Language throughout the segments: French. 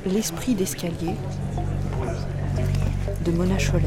L'esprit d'escalier de Mona Chollet.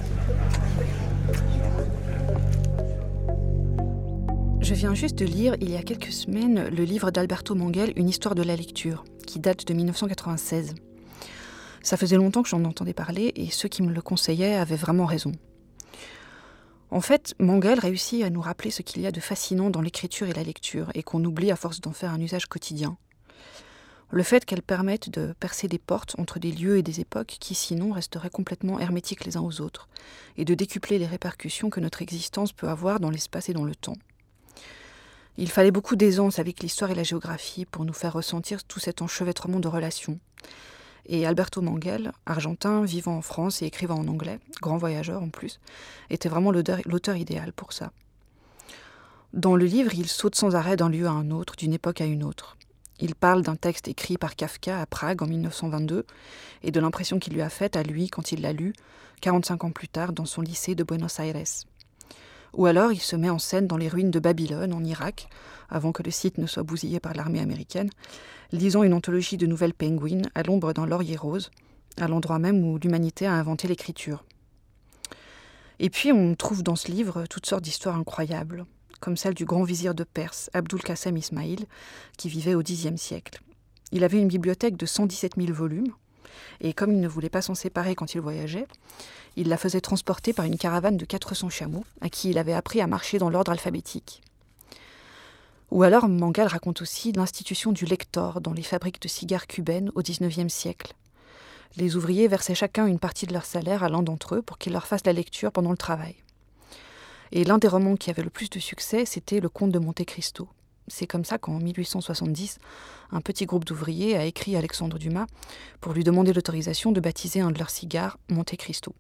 Je viens juste de lire, il y a quelques semaines, le livre d'Alberto Manguel, Une histoire de la lecture, qui date de 1996. Ça faisait longtemps que j'en entendais parler et ceux qui me le conseillaient avaient vraiment raison. En fait, Manguel réussit à nous rappeler ce qu'il y a de fascinant dans l'écriture et la lecture et qu'on oublie à force d'en faire un usage quotidien. Le fait qu'elles permettent de percer des portes entre des lieux et des époques qui sinon resteraient complètement hermétiques les uns aux autres et de décupler les répercussions que notre existence peut avoir dans l'espace et dans le temps. Il fallait beaucoup d'aisance avec l'histoire et la géographie pour nous faire ressentir tout cet enchevêtrement de relations. Et Alberto Manguel, argentin, vivant en France et écrivant en anglais, grand voyageur en plus, était vraiment l'auteur idéal pour ça. Dans le livre, il saute sans arrêt d'un lieu à un autre, d'une époque à une autre. Il parle d'un texte écrit par Kafka à Prague en 1922 et de l'impression qu'il lui a faite à lui quand il l'a lu, 45 ans plus tard, dans son lycée de Buenos Aires. Ou alors il se met en scène dans les ruines de Babylone, en Irak, avant que le site ne soit bousillé par l'armée américaine, lisant une anthologie de nouvelles pingouines à l'ombre d'un laurier rose, à l'endroit même où l'humanité a inventé l'écriture. Et puis on trouve dans ce livre toutes sortes d'histoires incroyables, comme celle du grand vizir de Perse, Abdul Qassem Ismail, qui vivait au Xe siècle. Il avait une bibliothèque de 117 000 volumes, et comme il ne voulait pas s'en séparer quand il voyageait, il la faisait transporter par une caravane de 400 chameaux, à qui il avait appris à marcher dans l'ordre alphabétique. Ou alors Manguel raconte aussi l'institution du lector dans les fabriques de cigares cubaines au XIXe siècle. Les ouvriers versaient chacun une partie de leur salaire à l'un d'entre eux pour qu'il leur fasse la lecture pendant le travail. Et l'un des romans qui avait le plus de succès, c'était Le Comte de Monte Cristo. C'est comme ça qu'en 1870, un petit groupe d'ouvriers a écrit à Alexandre Dumas pour lui demander l'autorisation de baptiser un de leurs cigares Monte Cristo.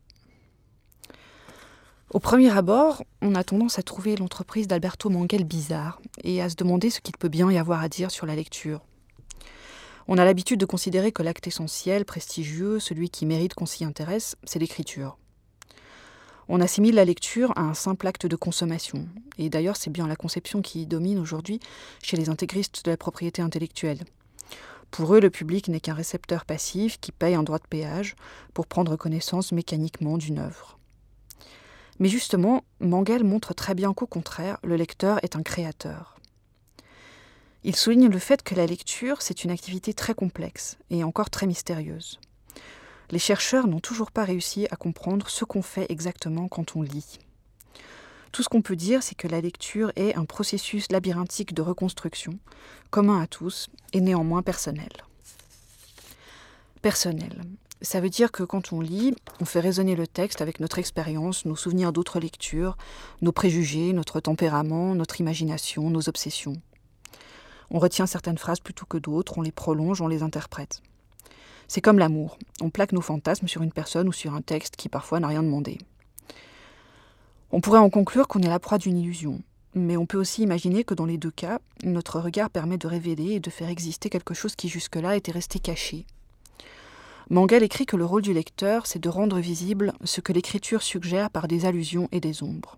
Au premier abord, on a tendance à trouver l'entreprise d'Alberto Manguel bizarre et à se demander ce qu'il peut bien y avoir à dire sur la lecture. On a l'habitude de considérer que l'acte essentiel, prestigieux, celui qui mérite qu'on s'y intéresse, c'est l'écriture. On assimile la lecture à un simple acte de consommation. Et d'ailleurs, c'est bien la conception qui domine aujourd'hui chez les intégristes de la propriété intellectuelle. Pour eux, le public n'est qu'un récepteur passif qui paye un droit de péage pour prendre connaissance mécaniquement d'une œuvre. Mais justement, Manguel montre très bien qu'au contraire, le lecteur est un créateur. Il souligne le fait que la lecture, c'est une activité très complexe et encore très mystérieuse. Les chercheurs n'ont toujours pas réussi à comprendre ce qu'on fait exactement quand on lit. Tout ce qu'on peut dire, c'est que la lecture est un processus labyrinthique de reconstruction, commun à tous et néanmoins personnel. Personnel. Ça veut dire que quand on lit, on fait résonner le texte avec notre expérience, nos souvenirs d'autres lectures, nos préjugés, notre tempérament, notre imagination, nos obsessions. On retient certaines phrases plutôt que d'autres, on les prolonge, on les interprète. C'est comme l'amour, on plaque nos fantasmes sur une personne ou sur un texte qui parfois n'a rien demandé. On pourrait en conclure qu'on est la proie d'une illusion, mais on peut aussi imaginer que dans les deux cas, notre regard permet de révéler et de faire exister quelque chose qui jusque-là était resté caché. Manguel écrit que le rôle du lecteur, c'est de rendre visible ce que l'écriture suggère par des allusions et des ombres.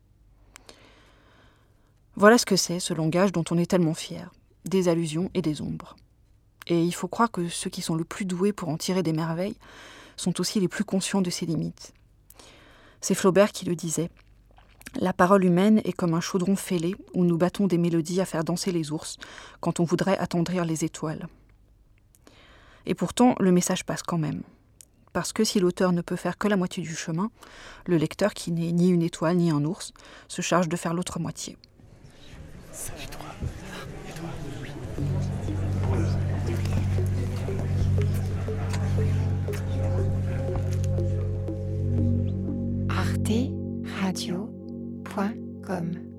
Voilà ce que c'est, ce langage dont on est tellement fier, des allusions et des ombres. Et il faut croire que ceux qui sont le plus doués pour en tirer des merveilles sont aussi les plus conscients de ses limites. C'est Flaubert qui le disait. La parole humaine est comme un chaudron fêlé où nous battons des mélodies à faire danser les ours quand on voudrait attendrir les étoiles. Et pourtant, le message passe quand même. Parce que si l'auteur ne peut faire que la moitié du chemin, le lecteur, qui n'est ni une étoile ni un ours, se charge de faire l'autre moitié. Salut toi. Et toi? arteradio.com